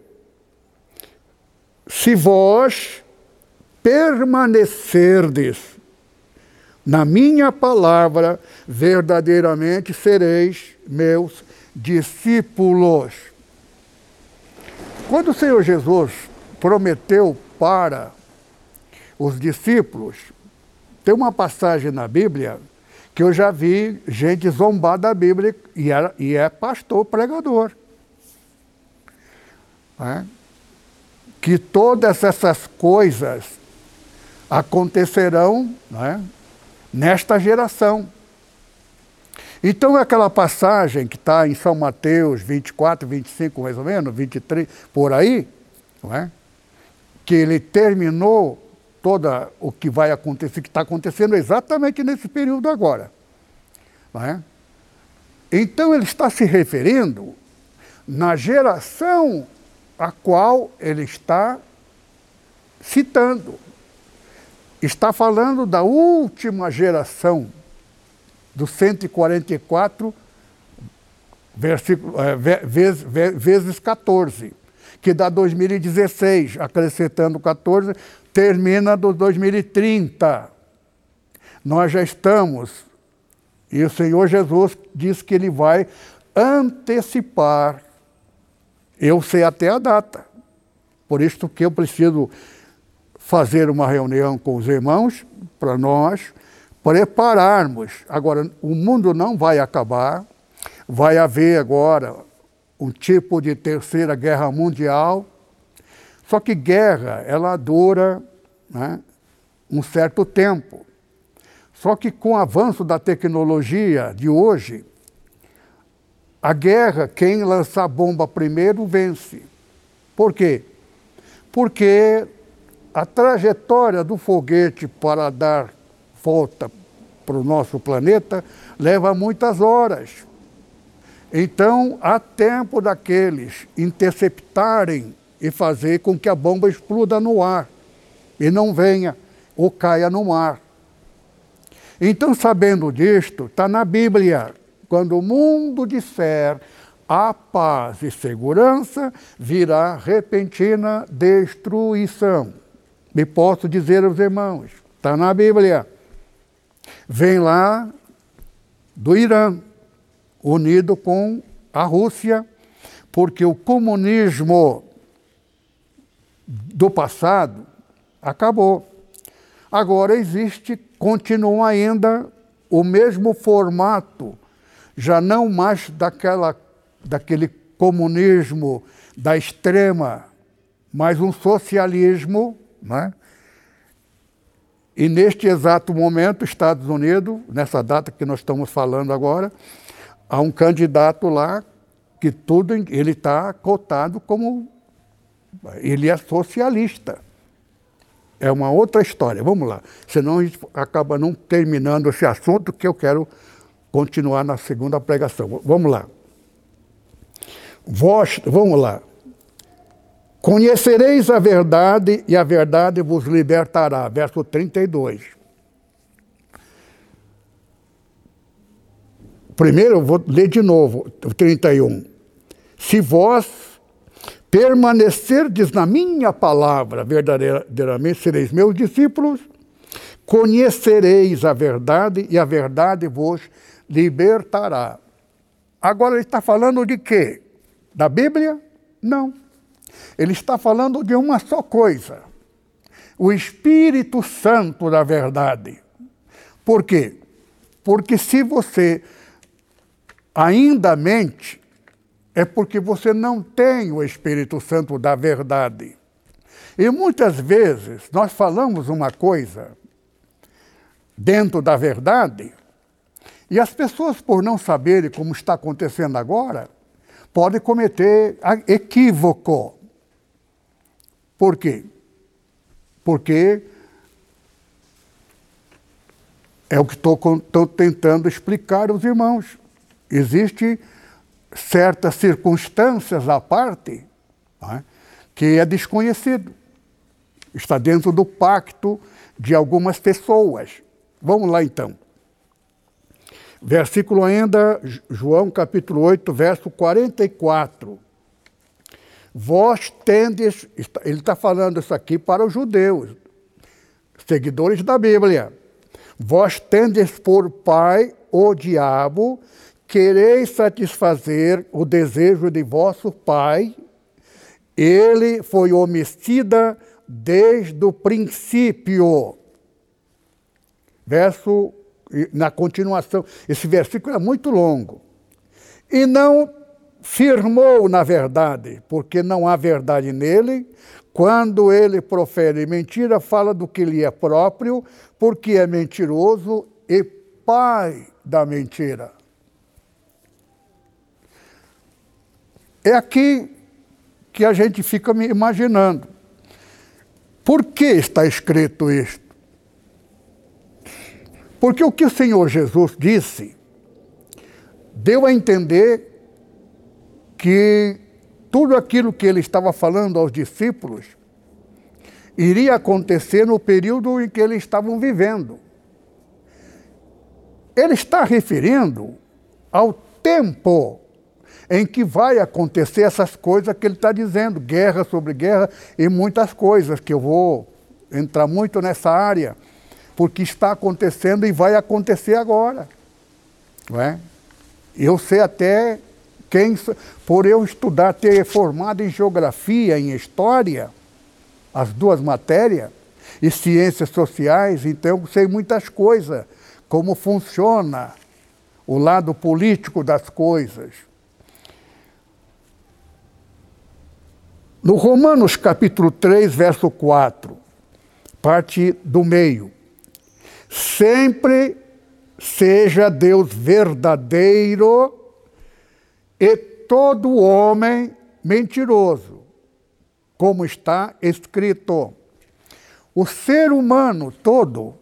Se vós permanecerdes na minha palavra, verdadeiramente sereis meus discípulos. Quando o Senhor Jesus prometeu para os discípulos, tem uma passagem na Bíblia que eu já vi gente zombar da Bíblia e, era, e é pastor, pregador. É? Que todas essas coisas acontecerão, né, nesta geração. Então, aquela passagem que está em São Mateus vinte e quatro, vinte e cinco, mais ou menos, vinte e três, por aí, não é? Que ele terminou todo o que vai acontecer, que está acontecendo exatamente nesse período agora. Não é? Então, ele está se referindo na geração a qual ele está citando. Está falando da última geração, do cento e quarenta e quatro, versículo, é, vezes, vezes quatorze, que dá dois mil e dezesseis, acrescentando quatorze, termina do dois mil e trinta. Nós já estamos, e o Senhor Jesus diz que ele vai antecipar. Eu sei até a data. Por isso que eu preciso fazer uma reunião com os irmãos para nós prepararmos. Agora, o mundo não vai acabar, vai haver agora um tipo de terceira guerra mundial, só que guerra, ela dura, né, um certo tempo. Só que com o avanço da tecnologia de hoje, a guerra, quem lançar bomba primeiro, vence. Por quê? Porque a trajetória do foguete para dar volta para o nosso planeta leva muitas horas. Então, há tempo daqueles interceptarem e fazer com que a bomba exploda no ar e não venha ou caia no mar. Então, sabendo disto, está na Bíblia. Quando o mundo disser a paz e segurança, virá repentina destruição. E posso dizer aos irmãos, está na Bíblia. Vem lá do Irã, unido com a Rússia, porque o comunismo do passado acabou. Agora existe, continua ainda o mesmo formato, já não mais daquela, daquele comunismo da extrema, mas um socialismo, né? E neste exato momento, Estados Unidos, nessa data que nós estamos falando agora, há um candidato lá que tudo ele está cotado como ele é socialista. É uma outra história. Vamos lá. Senão a gente acaba não terminando esse assunto que eu quero continuar na segunda pregação. Vamos lá. Vós, vamos lá. Conhecereis a verdade e a verdade vos libertará. Verso trinta e dois. Primeiro eu vou ler de novo, o trinta e um. Se vós permanecerdes na minha palavra, verdadeiramente sereis meus discípulos, conhecereis a verdade e a verdade vos libertará. Agora ele está falando de quê? Da Bíblia? Não. Ele está falando de uma só coisa. O Espírito Santo da verdade. Por quê? Porque se você ainda mente, é porque você não tem o Espírito Santo da verdade. E muitas vezes nós falamos uma coisa dentro da verdade, e as pessoas, por não saberem como está acontecendo agora, podem cometer equívoco. Por quê? Porque é o que estou tentando explicar aos irmãos. Existem certas circunstâncias à parte, não é, que é desconhecido. Está dentro do pacto de algumas pessoas. Vamos lá então. Versículo ainda, João capítulo oito, verso quarenta e quatro. Vós tendes, ele está falando isso aqui para os judeus, seguidores da Bíblia. Vós tendes por pai o diabo, quereis satisfazer o desejo de vosso pai. Ele foi homicida desde o princípio. Verso, na continuação, esse versículo é muito longo. E não firmou na verdade, porque não há verdade nele. Quando ele profere mentira, fala do que lhe é próprio, porque é mentiroso e pai da mentira. É aqui que a gente fica me imaginando. Por que está escrito isto? Porque o que o Senhor Jesus disse deu a entender que tudo aquilo que ele estava falando aos discípulos iria acontecer no período em que eles estavam vivendo. Ele está referindo ao tempo em que vai acontecer essas coisas que ele está dizendo, guerra sobre guerra e muitas coisas, que eu vou entrar muito nessa área, porque está acontecendo e vai acontecer agora. Não é? Eu sei até, quem, por eu estudar, ter formado em geografia, em história, as duas matérias, e ciências sociais, então eu sei muitas coisas, como funciona o lado político das coisas. No Romanos capítulo três, verso quatro, parte do meio. Sempre seja Deus verdadeiro e todo homem mentiroso, como está escrito. O ser humano todo,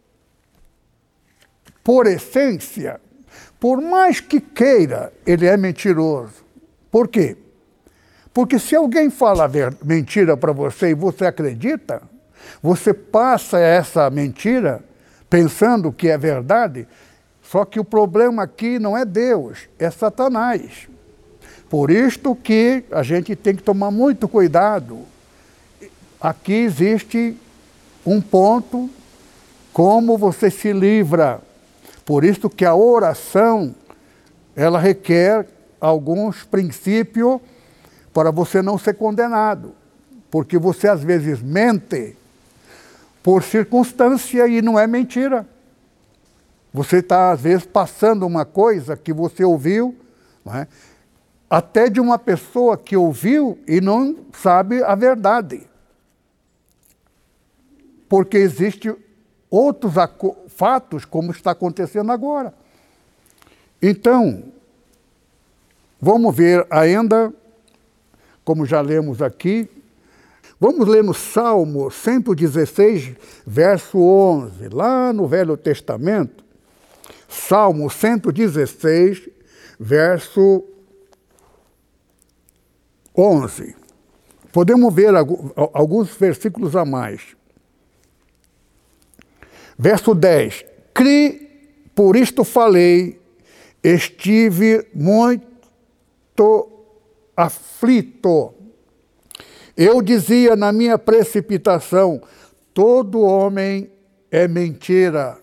por essência, por mais que queira, ele é mentiroso. Por quê? Porque se alguém fala mentira para você e você acredita, você passa essa mentira pensando que é verdade, só que o problema aqui não é Deus, é Satanás. Por isto que a gente tem que tomar muito cuidado. Aqui existe um ponto, como você se livra. Por isso que a oração, ela requer alguns princípios para você não ser condenado. Porque você às vezes mente por circunstância e não é mentira. Você está às vezes passando uma coisa que você ouviu, não é? Até de uma pessoa que ouviu e não sabe a verdade. Porque existe outros fatos como está acontecendo agora. Então, vamos ver ainda, como já lemos aqui, vamos ler no Salmo cento e dezesseis, verso onze, lá no Velho Testamento, Salmo cento e dezesseis, verso onze. Podemos ver alguns versículos a mais. Verso dez. Cri, por isto falei, estive muito aflito. Eu dizia na minha precipitação, todo homem é mentira.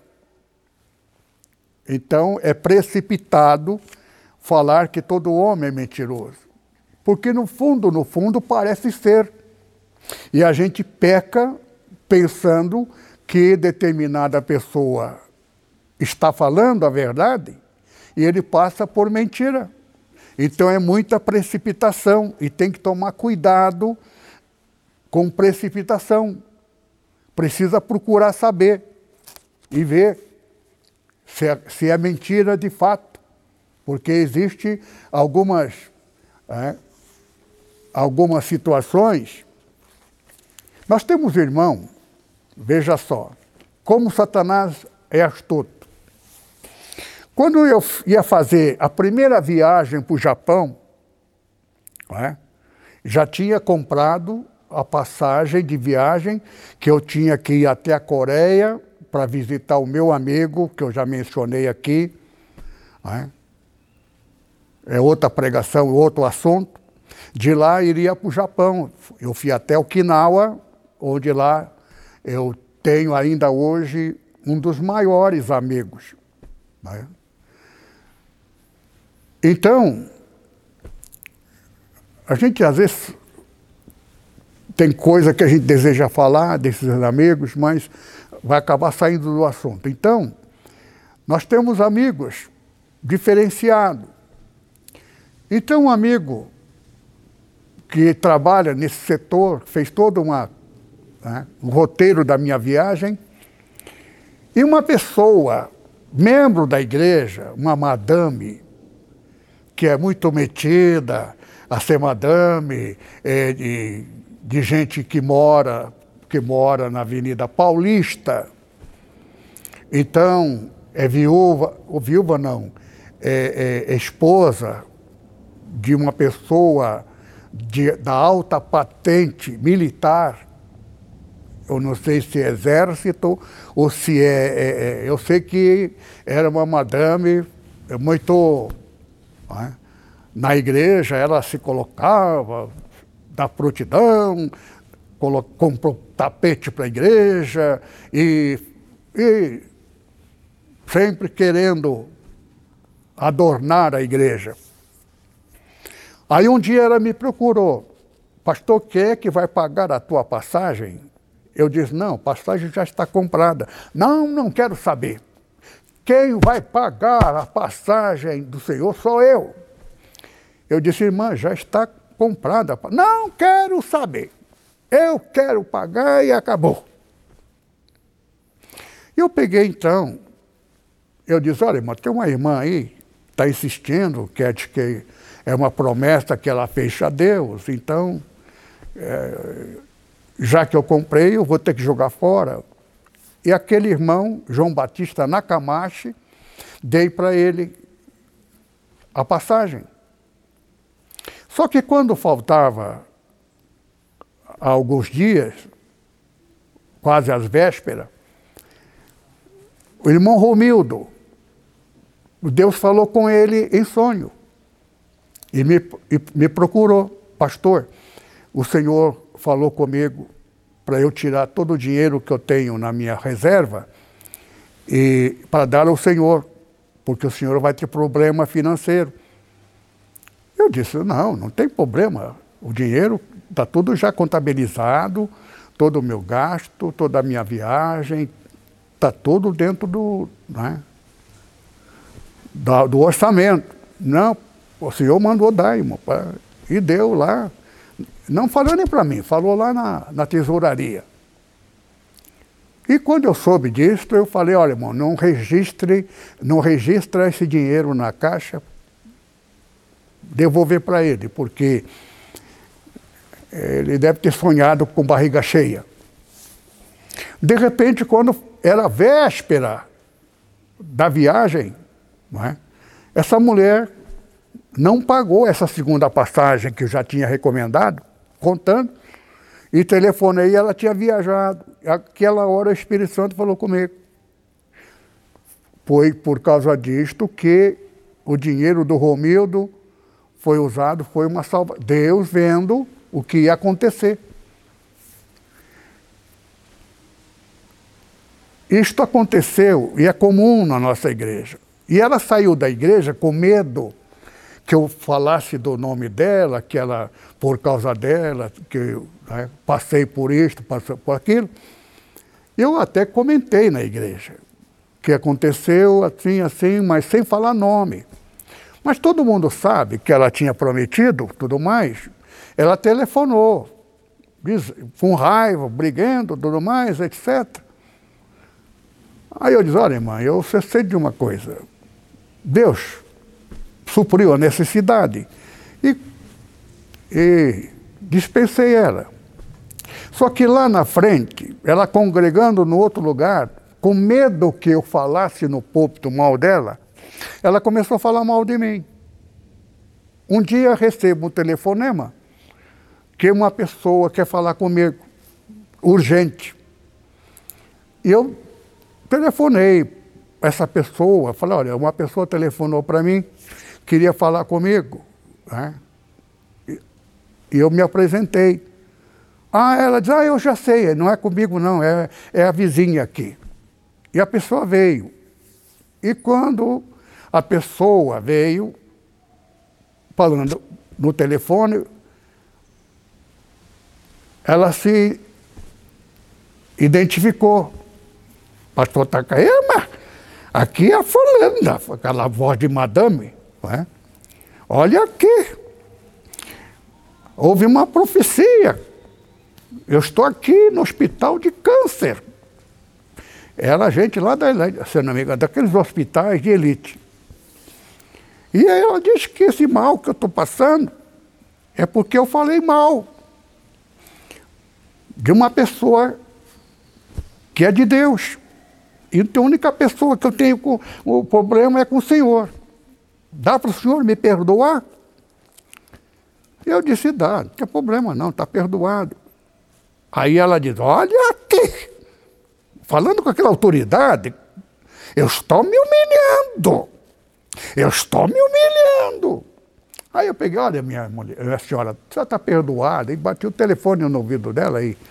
Então, é precipitado falar que todo homem é mentiroso. Porque no fundo, no fundo, parece ser. E a gente peca pensando que determinada pessoa está falando a verdade e ele passa por mentira. Então é muita precipitação e tem que tomar cuidado com precipitação. Precisa procurar saber e ver se é, se é mentira de fato, porque existe algumas, é, algumas situações. Nós temos irmão, veja só, como Satanás é astuto. Quando eu ia fazer a primeira viagem para o Japão, é, já tinha comprado a passagem de viagem, que eu tinha que ir até a Coreia para visitar o meu amigo, que eu já mencionei aqui. É, é outra pregação, outro assunto. De lá iria para o Japão. Eu fui até Okinawa, onde lá eu tenho ainda hoje um dos maiores amigos. Né? Então, a gente às vezes tem coisa que a gente deseja falar desses amigos, mas vai acabar saindo do assunto. Então, nós temos amigos diferenciados. Então, um amigo que trabalha nesse setor, fez todo uma, né, um roteiro da minha viagem, e uma pessoa, membro da igreja, uma madame, que é muito metida a ser madame, é, de, de gente que mora, que mora na Avenida Paulista. Então, é viúva, ou viúva não, é, é, é esposa de uma pessoa de, da alta patente militar. Eu não sei se é exército ou se é, é, é... Eu sei que era uma madame muito... Né? Na igreja ela se colocava da prontidão, comprou tapete para a igreja e, e sempre querendo adornar a igreja. Aí um dia ela me procurou. Pastor, quem é que vai pagar a tua passagem? Eu disse, não, a passagem já está comprada. Não, não quero saber. Quem vai pagar a passagem do Senhor sou eu. Eu disse, irmã, já está comprada. Não quero saber. Eu quero pagar e acabou. Eu peguei então, eu disse, olha, irmã, tem uma irmã aí, está insistindo, quer que é uma promessa que ela fez a Deus, então, é, já que eu comprei, eu vou ter que jogar fora. E aquele irmão, João Batista Nakamashi, dei para ele a passagem. Só que quando faltava alguns dias, quase às vésperas, o irmão Romildo, Deus falou com ele em sonho e me, e me procurou. Pastor, o Senhor falou comigo para eu tirar todo o dinheiro que eu tenho na minha reserva e para dar ao Senhor, porque o Senhor vai ter problema financeiro. Eu disse, não, não tem problema, o dinheiro está tudo já contabilizado, todo o meu gasto, toda a minha viagem, está tudo dentro do, né, do, do orçamento. Não, o Senhor mandou dar, irmão, e deu lá. Não falou nem para mim, falou lá na, na tesouraria. E quando eu soube disso, eu falei, olha, irmão, não registre, não registra esse dinheiro na caixa, devolver para ele, porque ele deve ter sonhado com barriga cheia. De repente, quando era véspera da viagem, não é? Essa mulher não pagou essa segunda passagem que eu já tinha recomendado, contando, e telefonei e ela tinha viajado. Aquela hora o Espírito Santo falou comigo. Foi por causa disto que o dinheiro do Romildo foi usado, foi uma salvação. Deus vendo o que ia acontecer. Isto aconteceu e é comum na nossa igreja. E ela saiu da igreja com medo que eu falasse do nome dela, que ela, por causa dela, que eu, né, passei por isto, passei por aquilo. Eu até comentei na igreja que aconteceu assim, assim, mas sem falar nome. Mas todo mundo sabe que ela tinha prometido, tudo mais. Ela telefonou, com raiva, brigando, tudo mais, etcétera. Aí eu disse, olha, irmã, eu sei de uma coisa. Deus supriu a necessidade e, e dispensei ela. Só que lá na frente, ela congregando no outro lugar, com medo que eu falasse no púlpito mal dela, ela começou a falar mal de mim. Um dia recebo um telefonema que uma pessoa quer falar comigo, urgente. E eu telefonei essa pessoa, falei, olha, uma pessoa telefonou para mim, queria falar comigo, né? E eu me apresentei. Ah, ela diz, ah, eu já sei, não é comigo não, é, é a vizinha aqui. E a pessoa veio. E quando a pessoa veio, falando no telefone, ela se identificou. Pastor Takayama, aqui é a fulana, aquela voz de madame. Não é? Olha aqui, houve uma profecia. Eu estou aqui no hospital de câncer. Era gente lá da, se não me engano, daqueles hospitais de elite. E aí ela diz que esse mal que eu estou passando é porque eu falei mal de uma pessoa que é de Deus. Então a única pessoa que eu tenho com o problema é com o Senhor. Dá para o Senhor me perdoar? Eu disse, dá, não tem problema não, está perdoado. Aí ela diz, olha aqui, falando com aquela autoridade, eu estou me humilhando, eu estou me humilhando. Aí eu peguei, olha minha mulher, a senhora, você está perdoada, e bati o telefone no ouvido dela e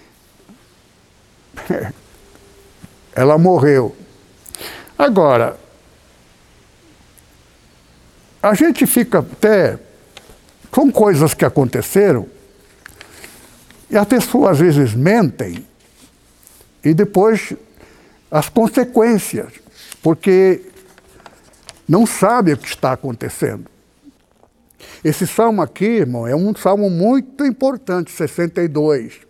ela morreu. Agora, a gente fica até, são coisas que aconteceram, e as pessoas às vezes mentem, e depois as consequências, porque não sabe o que está acontecendo. Esse salmo aqui, irmão, é um salmo muito importante, sessenta e dois.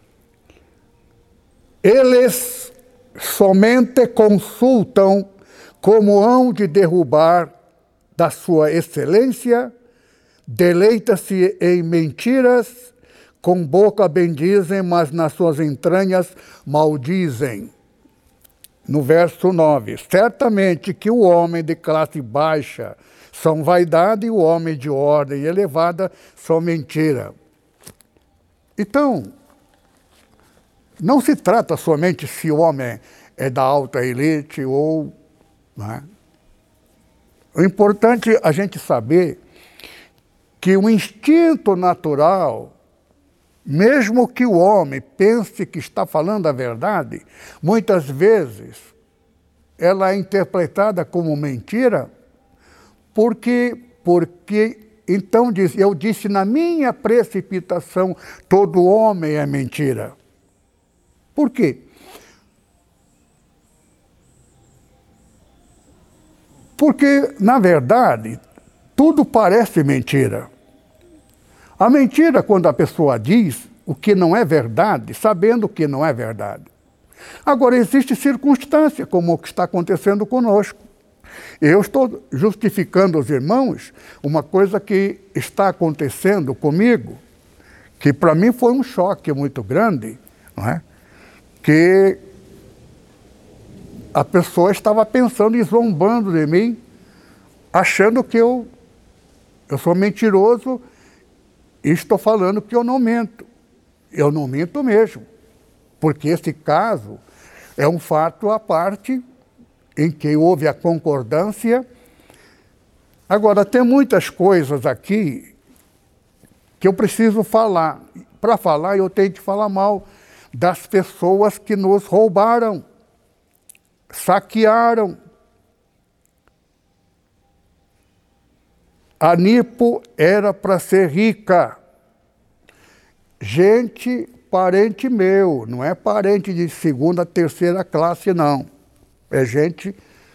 Eles somente consultam como hão de derrubar da sua excelência, deleita-se em mentiras, com boca bendizem, mas nas suas entranhas maldizem. No verso nove, certamente que o homem de classe baixa são vaidade e o homem de ordem elevada são mentira. Então, não se trata somente se o homem é da alta elite ou... Não é? O importante é a gente saber que o instinto natural, mesmo que o homem pense que está falando a verdade, muitas vezes ela é interpretada como mentira, porque, porque então diz, eu disse na minha precipitação, todo homem é mentira. Por quê? Porque, na verdade, tudo parece mentira. A mentira, quando a pessoa diz o que não é verdade, sabendo que não é verdade. Agora, existe circunstância, como o que está acontecendo conosco. Eu estou justificando aos irmãos uma coisa que está acontecendo comigo, que para mim foi um choque muito grande, não é? Que a pessoa estava pensando e zombando de mim, achando que eu, eu sou mentiroso e estou falando que eu não minto. Eu não minto mesmo, porque esse caso é um fato à parte em que houve a concordância. Agora, tem muitas coisas aqui que eu preciso falar. Para falar, eu tenho que falar mal das pessoas que nos roubaram, saquearam. A Nipo era para ser rica. Gente, parente meu, não é parente de segunda, terceira classe, não. É gente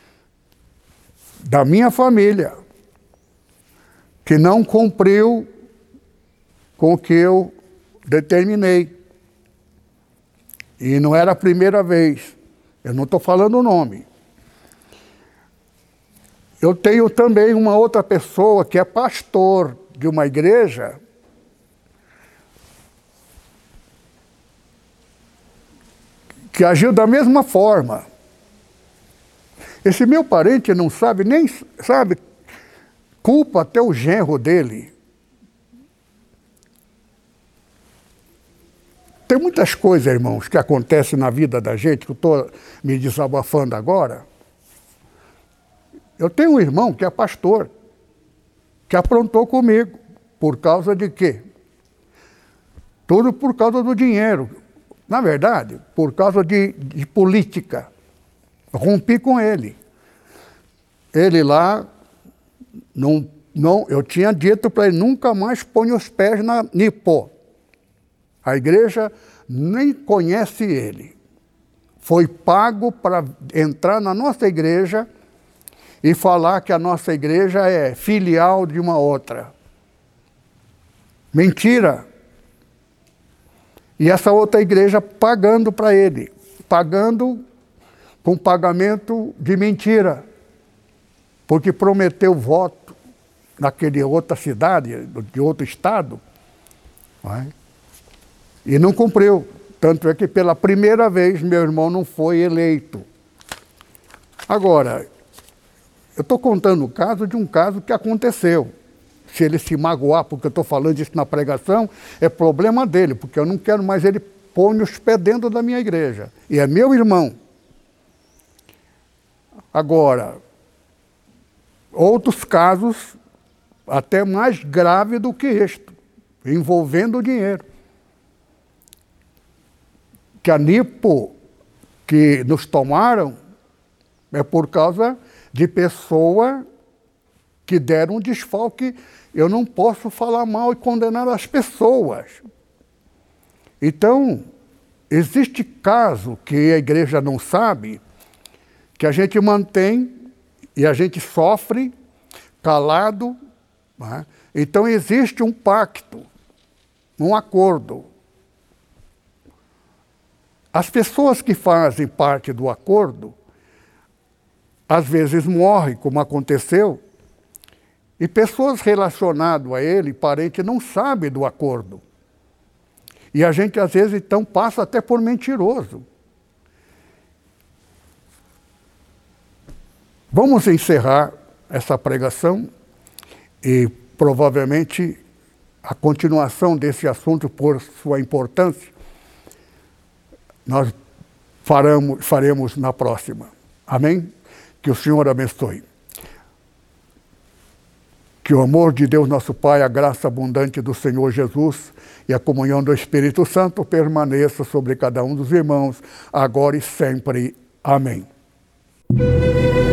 da minha família que não cumpriu com o que eu determinei. E não era a primeira vez. Eu não estou falando o nome. Eu tenho também uma outra pessoa que é pastor de uma igreja que agiu da mesma forma. Esse meu parente não sabe, nem sabe, culpa até o genro dele. Tem muitas coisas, irmãos, que acontecem na vida da gente, que eu estou me desabafando agora. Eu tenho um irmão que é pastor, que aprontou comigo. Por causa de quê? Tudo por causa do dinheiro. Na verdade, por causa de, de política. Rompi com ele. Ele lá, não, não, eu tinha dito para ele, nunca mais põe os pés na Nipo. A igreja nem conhece ele. Foi pago para entrar na nossa igreja e falar que a nossa igreja é filial de uma outra. Mentira! E essa outra igreja pagando para ele, pagando com pagamento de mentira, porque prometeu voto naquele outra cidade, de outro estado, não é? E não cumpriu. Tanto é que pela primeira vez meu irmão não foi eleito. Agora, eu estou contando o caso de um caso que aconteceu. Se ele se magoar porque eu estou falando isso na pregação, é problema dele, porque eu não quero mais ele pôr os pés dentro da minha igreja. E é meu irmão. Agora, outros casos até mais graves do que este, envolvendo o dinheiro. Que a Nipo que nos tomaram é por causa de pessoa que deram um desfalque. Eu não posso falar mal e condenar as pessoas. Então, existe caso que a igreja não sabe, que a gente mantém e a gente sofre calado, né? Então existe um pacto, um acordo. As pessoas que fazem parte do acordo, às vezes morrem, como aconteceu, e pessoas relacionadas a ele, parente, não sabem do acordo. E a gente, às vezes, então, passa até por mentiroso. Vamos encerrar essa pregação e, provavelmente, a continuação desse assunto, por sua importância, nós faremos, faremos na próxima. Amém? Que o Senhor abençoe. Que o amor de Deus, nosso Pai, a graça abundante do Senhor Jesus e a comunhão do Espírito Santo permaneça sobre cada um dos irmãos, agora e sempre. Amém.